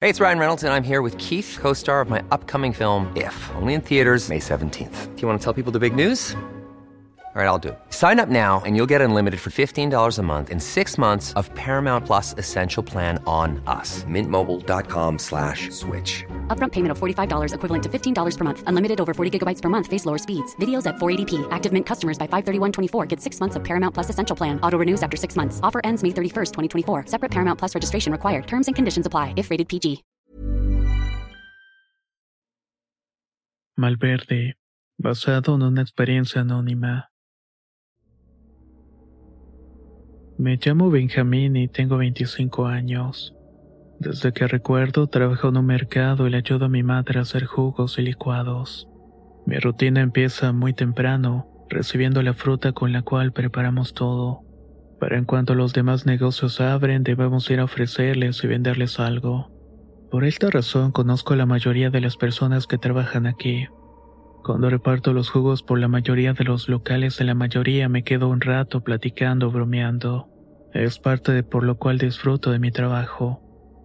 Hey, it's Ryan Reynolds, and I'm here with Keith, co-star of my upcoming film, If, only in theaters May 17th. Do you want to tell people the big news? All right, I'll do it. Sign up now and you'll get unlimited for $15 a month and 6 months of Paramount Plus Essential Plan on us. MintMobile.com/switch. Upfront payment of $45 equivalent to $15 per month. Unlimited over 40 gigabytes per month. Face lower speeds. Videos at 480p. Active Mint customers by 531.24 get 6 months of Paramount Plus Essential Plan. Auto renews after 6 months. Offer ends May 31st, 2024. Separate Paramount Plus registration required. Terms and conditions apply if rated PG. Malverde, basado en una experiencia anónima. Me llamo Benjamín y tengo 25 años. Desde que recuerdo trabajo en un mercado y le ayudo a mi madre a hacer jugos y licuados. Mi rutina empieza muy temprano, recibiendo la fruta con la cual preparamos todo. Para en cuanto los demás negocios abren, debemos ir a ofrecerles y venderles algo. Por esta razón conozco a la mayoría de las personas que trabajan aquí. Cuando reparto los jugos por la mayoría de los locales de la mayoría me quedo un rato platicando, bromeando. Es parte de por lo cual disfruto de mi trabajo.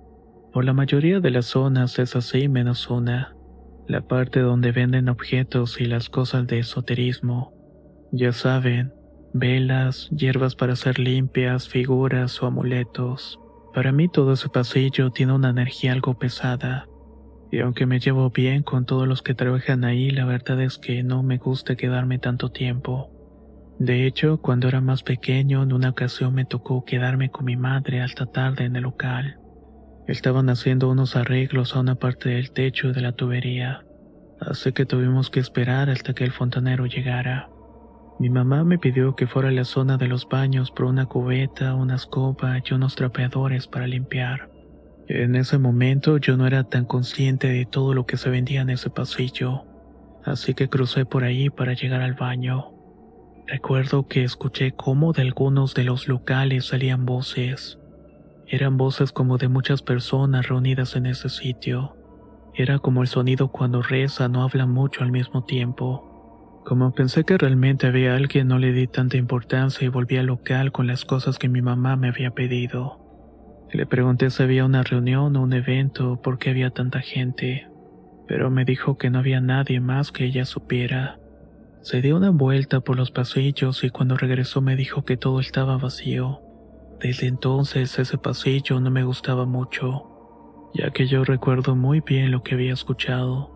Por la mayoría de las zonas es así menos una. La parte donde venden objetos y las cosas de esoterismo. Ya saben, velas, hierbas para hacer limpias, figuras o amuletos. Para mí todo ese pasillo tiene una energía algo pesada. Y aunque me llevo bien con todos los que trabajan ahí, la verdad es que no me gusta quedarme tanto tiempo. De hecho, cuando era más pequeño, en una ocasión me tocó quedarme con mi madre hasta tarde en el local. Estaban haciendo unos arreglos a una parte del techo y de la tubería, así que tuvimos que esperar hasta que el fontanero llegara. Mi mamá me pidió que fuera a la zona de los baños por una cubeta, una escoba y unos trapeadores para limpiar. En ese momento yo no era tan consciente de todo lo que se vendía en ese pasillo, así que crucé por ahí para llegar al baño. Recuerdo que escuché cómo de algunos de los locales salían voces. Eran voces como de muchas personas reunidas en ese sitio. Era como el sonido cuando rezan o hablan mucho al mismo tiempo. Como pensé que realmente había alguien, no le di tanta importancia y volví al local con las cosas que mi mamá me había pedido. Le pregunté si había una reunión o un evento, por qué había tanta gente, pero me dijo que no había nadie más que ella supiera. Se dio una vuelta por los pasillos y cuando regresó me dijo que todo estaba vacío. Desde entonces ese pasillo no me gustaba mucho, ya que yo recuerdo muy bien lo que había escuchado.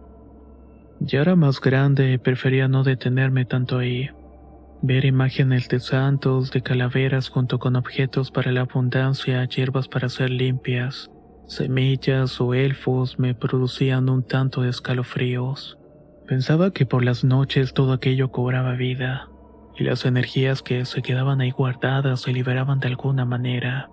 Ya era más grande y prefería no detenerme tanto ahí. Ver imágenes de santos, de calaveras junto con objetos para la abundancia, hierbas para hacer limpias, semillas o elfos me producían un tanto de escalofríos. Pensaba que por las noches todo aquello cobraba vida, y las energías que se quedaban ahí guardadas se liberaban de alguna manera.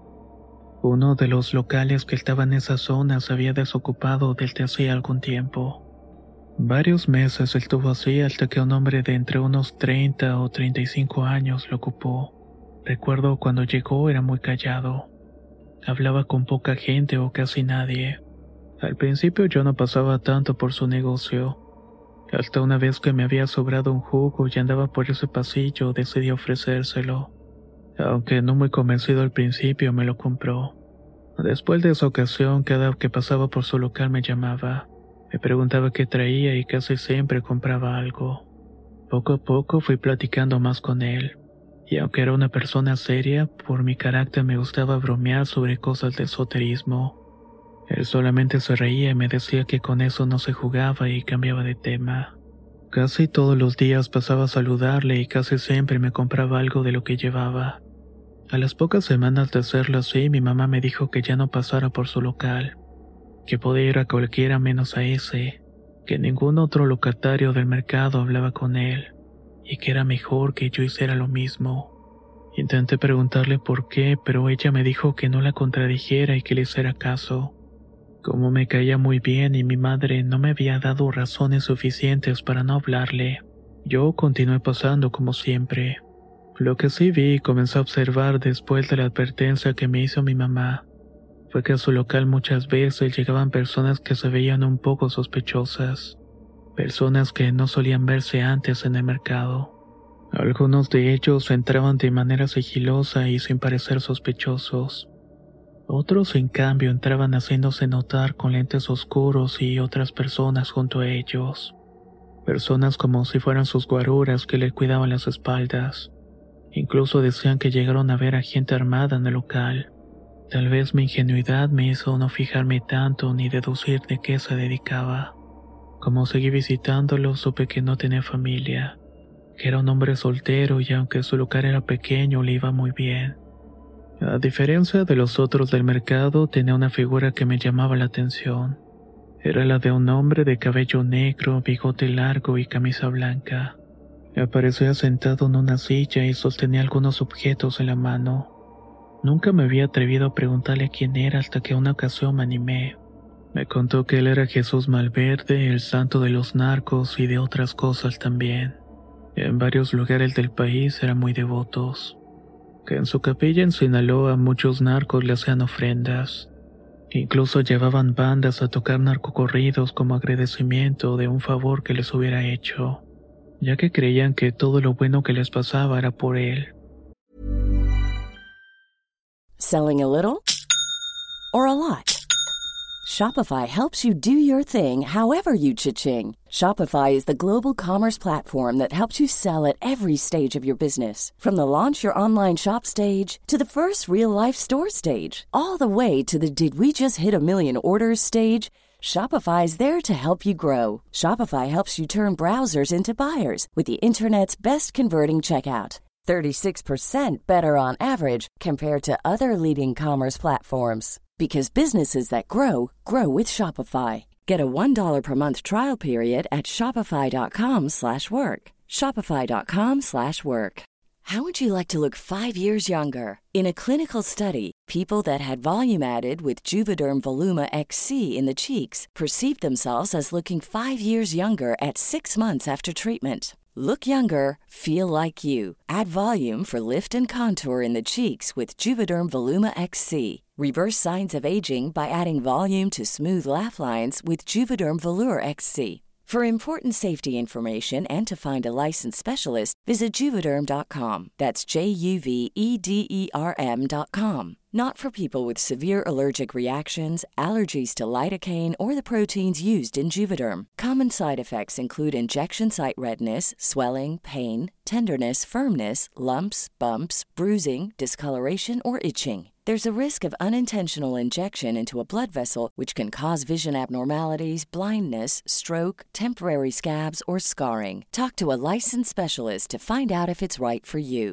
Uno de los locales que estaba en esa zona se había desocupado desde hacía algún tiempo. Varios meses estuvo así hasta que un hombre de entre unos 30 o 35 años lo ocupó. Recuerdo cuando llegó era muy callado. Hablaba con poca gente o casi nadie. Al principio yo no pasaba tanto por su negocio. Hasta una vez que me había sobrado un jugo y andaba por ese pasillo, decidí ofrecérselo. Aunque no muy convencido al principio, me lo compró. Después de esa ocasión, cada que pasaba por su local me llamaba. Me preguntaba qué traía y casi siempre compraba algo. Poco a poco fui platicando más con él, y aunque era una persona seria, por mi carácter me gustaba bromear sobre cosas de esoterismo. Él solamente se reía y me decía que con eso no se jugaba y cambiaba de tema. Casi todos los días pasaba a saludarle y casi siempre me compraba algo de lo que llevaba. A las pocas semanas de hacerlo así, mi mamá me dijo que ya no pasara por su local, que podía ir a cualquiera menos a ese, que ningún otro locatario del mercado hablaba con él, y que era mejor que yo hiciera lo mismo. Intenté preguntarle por qué, pero ella me dijo que no la contradijera y que le hiciera caso. Como me caía muy bien y mi madre no me había dado razones suficientes para no hablarle, yo continué pasando como siempre. Lo que sí vi y comencé a observar después de la advertencia que me hizo mi mamá fue que a su local muchas veces llegaban personas que se veían un poco sospechosas, personas que no solían verse antes en el mercado. Algunos de ellos entraban de manera sigilosa y sin parecer sospechosos. Otros, en cambio, entraban haciéndose notar con lentes oscuros y otras personas junto a ellos. Personas como si fueran sus guaruras que le cuidaban las espaldas. Incluso decían que llegaron a ver a gente armada en el local. Tal vez mi ingenuidad me hizo no fijarme tanto ni deducir de qué se dedicaba. Como seguí visitándolo, supe que no tenía familia, que era un hombre soltero y aunque su lugar era pequeño, le iba muy bien. A diferencia de los otros del mercado, tenía una figura que me llamaba la atención. Era la de un hombre de cabello negro, bigote largo y camisa blanca. Aparecía sentado en una silla y sostenía algunos objetos en la mano. Nunca me había atrevido a preguntarle quién era hasta que una ocasión me animé. Me contó que él era Jesús Malverde, el santo de los narcos y de otras cosas también. En varios lugares del país eran muy devotos. Que en su capilla en Sinaloa muchos narcos le hacían ofrendas. Incluso llevaban bandas a tocar narcocorridos como agradecimiento de un favor que les hubiera hecho, ya que creían que todo lo bueno que les pasaba era por él. Selling a little or a lot? Shopify helps you do your thing however you cha-ching. Shopify is the global commerce platform that helps you sell at every stage of your business. From the launch your online shop stage to the first real-life store stage, all the way to the did we just hit a million orders stage. Shopify is there to help you grow. Shopify helps you turn browsers into buyers with the internet's best converting checkout. 36% better on average compared to other leading commerce platforms. Because businesses that grow, grow with Shopify. Get a $1 per month trial period at shopify.com/work. Shopify.com/work. How would you like to look 5 years younger? In a clinical study, people that had volume added with Juvederm Voluma XC in the cheeks perceived themselves as looking 5 years younger at 6 months after treatment. Look younger, feel like you. Add volume for lift and contour in the cheeks with Juvederm Voluma XC. Reverse signs of aging by adding volume to smooth laugh lines with Juvederm Volure XC. For important safety information and to find a licensed specialist, visit Juvederm.com. That's JUVEDERM.com. Not for people with severe allergic reactions, allergies to lidocaine, or the proteins used in Juvederm. Common side effects include injection site redness, swelling, pain, tenderness, firmness, lumps, bumps, bruising, discoloration, or itching. There's a risk of unintentional injection into a blood vessel, which can cause vision abnormalities, blindness, stroke, temporary scabs, or scarring. Talk to a licensed specialist to find out if it's right for you.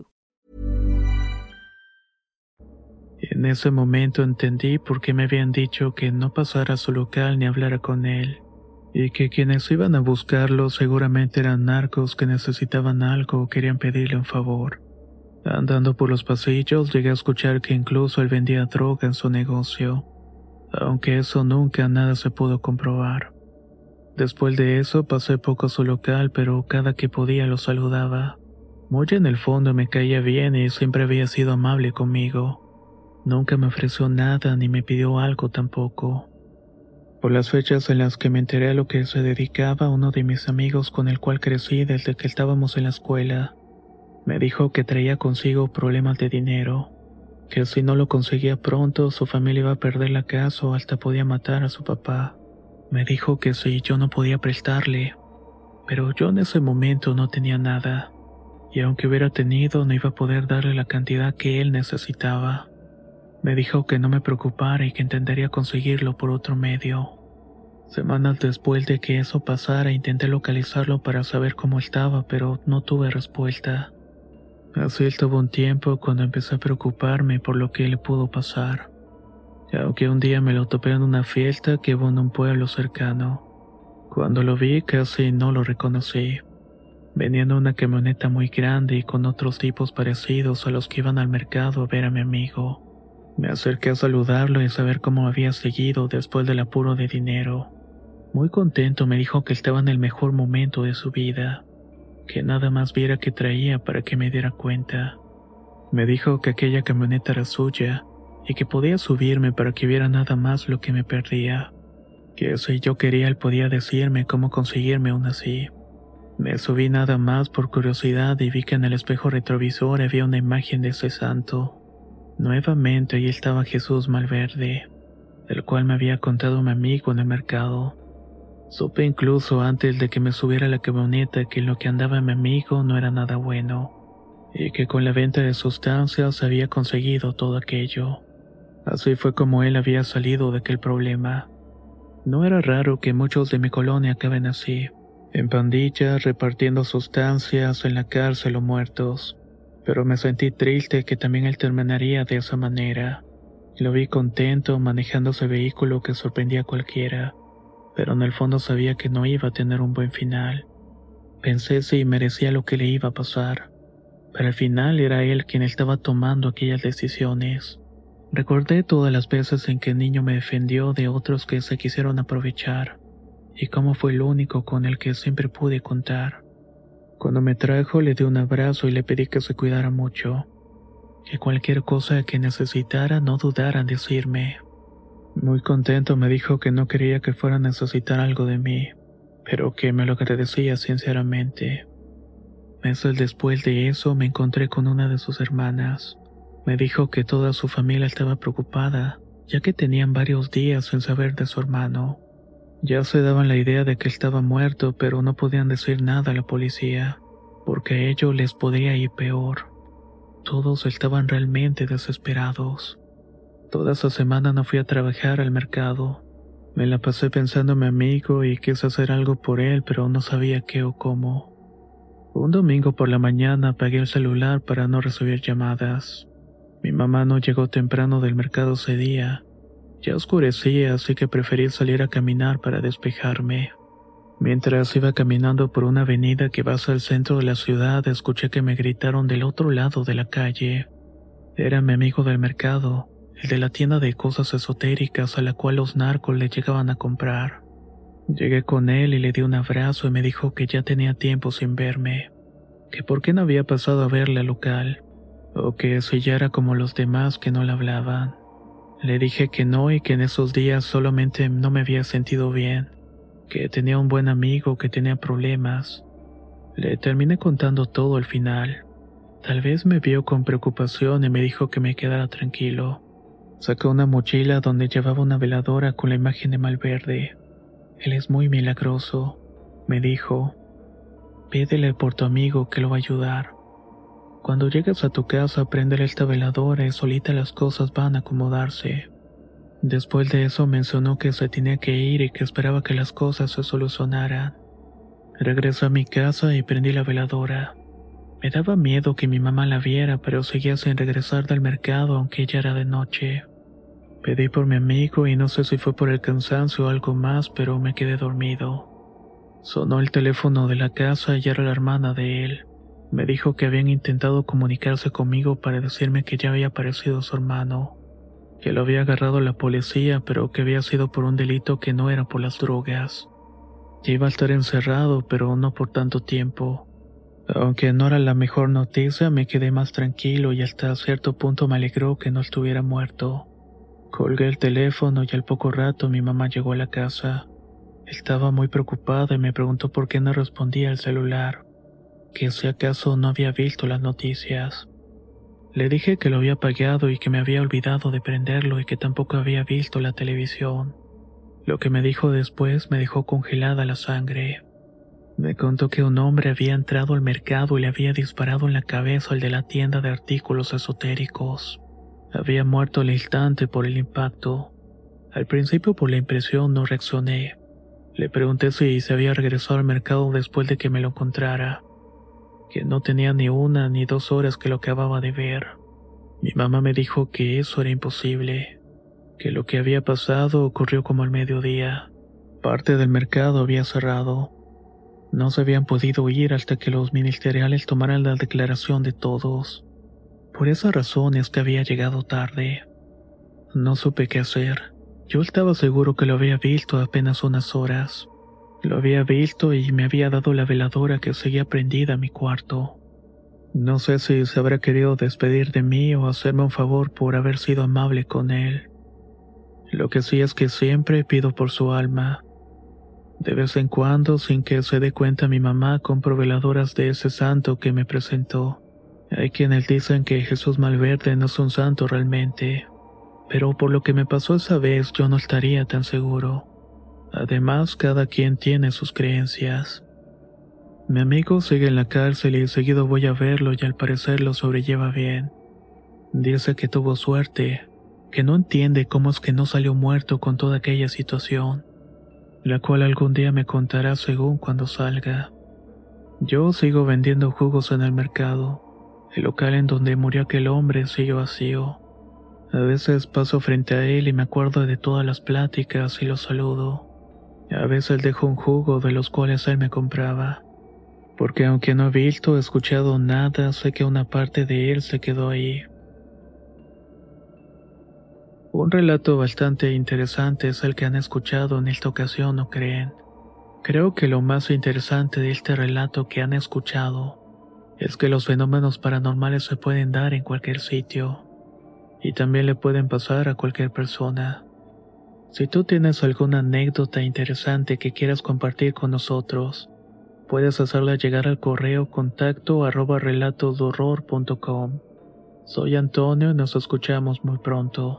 En ese momento entendí por qué me habían dicho que no pasara a su local ni hablara con él, y que quienes iban a buscarlo seguramente eran narcos que necesitaban algo o querían pedirle un favor. Andando por los pasillos llegué a escuchar que incluso él vendía droga en su negocio, aunque eso nunca nada se pudo comprobar. Después de eso pasé poco a su local, pero cada que podía lo saludaba. Muy en el fondo me caía bien y siempre había sido amable conmigo. Nunca me ofreció nada ni me pidió algo tampoco. Por las fechas en las que me enteré a lo que se dedicaba, uno de mis amigos con el cual crecí desde que estábamos en la escuela, me dijo que traía consigo problemas de dinero, que si no lo conseguía pronto su familia iba a perder la casa o hasta podía matar a su papá. Me dijo que si yo no podía prestarle, pero yo en ese momento no tenía nada, y aunque hubiera tenido no iba a poder darle la cantidad que él necesitaba. Me dijo que no me preocupara y que intentaría conseguirlo por otro medio. Semanas después de que eso pasara intenté localizarlo para saber cómo estaba, pero no tuve respuesta. Así estuvo un tiempo cuando empecé a preocuparme por lo que le pudo pasar. Aunque un día me lo topé en una fiesta que hubo en un pueblo cercano. Cuando lo vi casi no lo reconocí. Venía en una camioneta muy grande y con otros tipos parecidos a los que iban al mercado a ver a mi amigo. Me acerqué a saludarlo y a saber cómo había seguido después del apuro de dinero. Muy contento me dijo que estaba en el mejor momento de su vida, que nada más viera que traía para que me diera cuenta. Me dijo que aquella camioneta era suya y que podía subirme para que viera nada más lo que me perdía, que si yo quería él podía decirme cómo conseguirme una así. Me subí nada más por curiosidad y vi que en el espejo retrovisor había una imagen de ese santo. Nuevamente ahí estaba Jesús Malverde, el cual me había contado mi amigo en el mercado. Supe incluso antes de que me subiera a la camioneta que lo que andaba mi amigo no era nada bueno, y que con la venta de sustancias había conseguido todo aquello. Así fue como él había salido de aquel problema. No era raro que muchos de mi colonia acaben así, en pandillas, repartiendo sustancias, en la cárcel o muertos. Pero me sentí triste que también él terminaría de esa manera. Lo vi contento manejando ese vehículo que sorprendía a cualquiera, pero en el fondo sabía que no iba a tener un buen final. Pensé si merecía lo que le iba a pasar, pero al final era él quien estaba tomando aquellas decisiones. Recordé todas las veces en que el niño me defendió de otros que se quisieron aprovechar, y cómo fue el único con el que siempre pude contar. Cuando me trajo le di un abrazo y le pedí que se cuidara mucho, que cualquier cosa que necesitara no dudara en decirme. Muy contento me dijo que no quería que fuera a necesitar algo de mí, pero que me lo agradecía sinceramente. Meses después de eso me encontré con una de sus hermanas. Me dijo que toda su familia estaba preocupada, ya que tenían varios días sin saber de su hermano. Ya se daban la idea de que estaba muerto, pero no podían decir nada a la policía, porque a ellos les podría ir peor. Todos estaban realmente desesperados. Toda esa semana no fui a trabajar al mercado. Me la pasé pensando en mi amigo y quise hacer algo por él, pero no sabía qué o cómo. Un domingo por la mañana apagué el celular para no recibir llamadas. Mi mamá no llegó temprano del mercado ese día. Ya oscurecía, así que preferí salir a caminar para despejarme. Mientras iba caminando por una avenida que va hacia el centro de la ciudad, escuché que me gritaron del otro lado de la calle. Era mi amigo del mercado, el de la tienda de cosas esotéricas a la cual los narcos le llegaban a comprar. Llegué con él y le di un abrazo y me dijo que ya tenía tiempo sin verme, que por qué no había pasado a verle al local, o que si ya era como los demás que no le hablaban. Le dije que no y que en esos días solamente no me había sentido bien, que tenía un buen amigo que tenía problemas. Le terminé contando todo al final. Tal vez me vio con preocupación y me dijo que me quedara tranquilo. Sacó una mochila donde llevaba una veladora con la imagen de Malverde. Él es muy milagroso, me dijo. Pídele por tu amigo que lo va a ayudar. Cuando llegues a tu casa, préndele esta veladora y solita las cosas van a acomodarse. Después de eso mencionó que se tenía que ir y que esperaba que las cosas se solucionaran. Regresé a mi casa y prendí la veladora. Me daba miedo que mi mamá la viera, pero seguía sin regresar del mercado aunque ya era de noche. Pedí por mi amigo y no sé si fue por el cansancio o algo más, pero me quedé dormido. Sonó el teléfono de la casa y era la hermana de él. Me dijo que habían intentado comunicarse conmigo para decirme que ya había aparecido su hermano, que lo había agarrado la policía, pero que había sido por un delito que no era por las drogas. Ya iba a estar encerrado, pero no por tanto tiempo. Aunque no era la mejor noticia, me quedé más tranquilo y hasta cierto punto me alegró que no estuviera muerto. Colgué el teléfono y al poco rato mi mamá llegó a la casa. Estaba muy preocupada y me preguntó por qué no respondía al celular, que si acaso no había visto las noticias. Le dije que lo había apagado y que me había olvidado de prenderlo y que tampoco había visto la televisión. Lo que me dijo después me dejó congelada la sangre. Me contó que un hombre había entrado al mercado y le había disparado en la cabeza al de la tienda de artículos esotéricos. Había muerto al instante por el impacto. Al principio por la impresión no reaccioné. Le pregunté si se había regresado al mercado después de que me lo encontrara, que no tenía ni 1 ni 2 horas que lo acababa de ver. Mi mamá me dijo que eso era imposible, que lo que había pasado ocurrió como al mediodía. Parte del mercado había cerrado. No se habían podido ir hasta que los ministeriales tomaran la declaración de todos. Por esa razón es que había llegado tarde. No supe qué hacer. Yo estaba seguro que lo había visto apenas unas horas. Lo había visto y me había dado la veladora que seguía prendida en mi cuarto. No sé si se habrá querido despedir de mí o hacerme un favor por haber sido amable con él. Lo que sí es que siempre pido por su alma. De vez en cuando, sin que se dé cuenta mi mamá, compro veladoras de ese santo que me presentó. Hay quienes dicen que Jesús Malverde no es un santo realmente, pero por lo que me pasó esa vez yo no estaría tan seguro. Además, cada quien tiene sus creencias. Mi amigo sigue en la cárcel y seguido voy a verlo y al parecer lo sobrelleva bien. Dice que tuvo suerte, que no entiende cómo es que no salió muerto con toda aquella situación, la cual algún día me contará según cuando salga. Yo sigo vendiendo jugos en el mercado. El local en donde murió aquel hombre sigue vacío. A veces paso frente a él y me acuerdo de todas las pláticas y lo saludo. A veces dejo un jugo de los cuales él me compraba. Porque aunque no he visto o escuchado nada, sé que una parte de él se quedó ahí. Un relato bastante interesante es el que han escuchado en esta ocasión, ¿no creen? Creo que lo más interesante de este relato que han escuchado es que los fenómenos paranormales se pueden dar en cualquier sitio y también le pueden pasar a cualquier persona. Si tú tienes alguna anécdota interesante que quieras compartir con nosotros, puedes hacerla llegar al correo contacto@relatosdehorror.com. Soy Antonio y nos escuchamos muy pronto.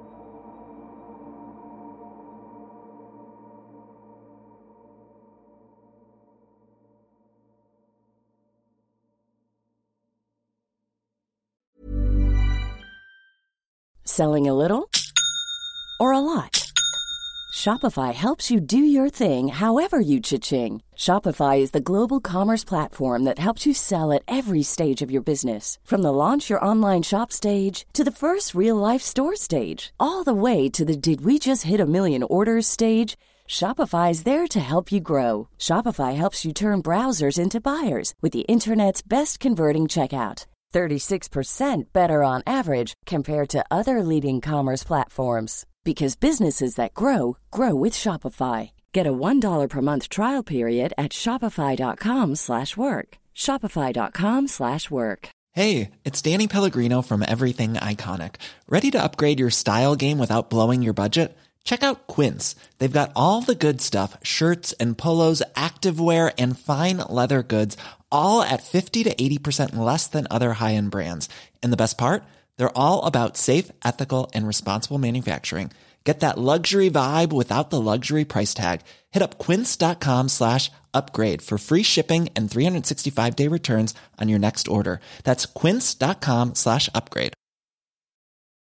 Selling a little or a lot? Shopify helps you do your thing however you cha-ching. Shopify is the global commerce platform that helps you sell at every stage of your business. From the launch your online shop stage to the first real-life store stage, all the way to the did we just hit a million orders stage. Shopify is there to help you grow. Shopify helps you turn browsers into buyers with the internet's best converting checkout. 36% better on average compared to other leading commerce platforms. Because businesses that grow, grow with Shopify. Get a $1 per month trial period at shopify.com/work. Shopify.com/work. Hey, it's Danny Pellegrino from Everything Iconic. Ready to upgrade your style game without blowing your budget? Check out Quince. They've got all the good stuff, shirts and polos, activewear, and fine leather goods, all at 50 to 80% less than other high-end brands. And the best part? They're all about safe, ethical, and responsible manufacturing. Get that luxury vibe without the luxury price tag. Hit up quince.com/upgrade for free shipping and 365-day returns on your next order. That's quince.com/upgrade.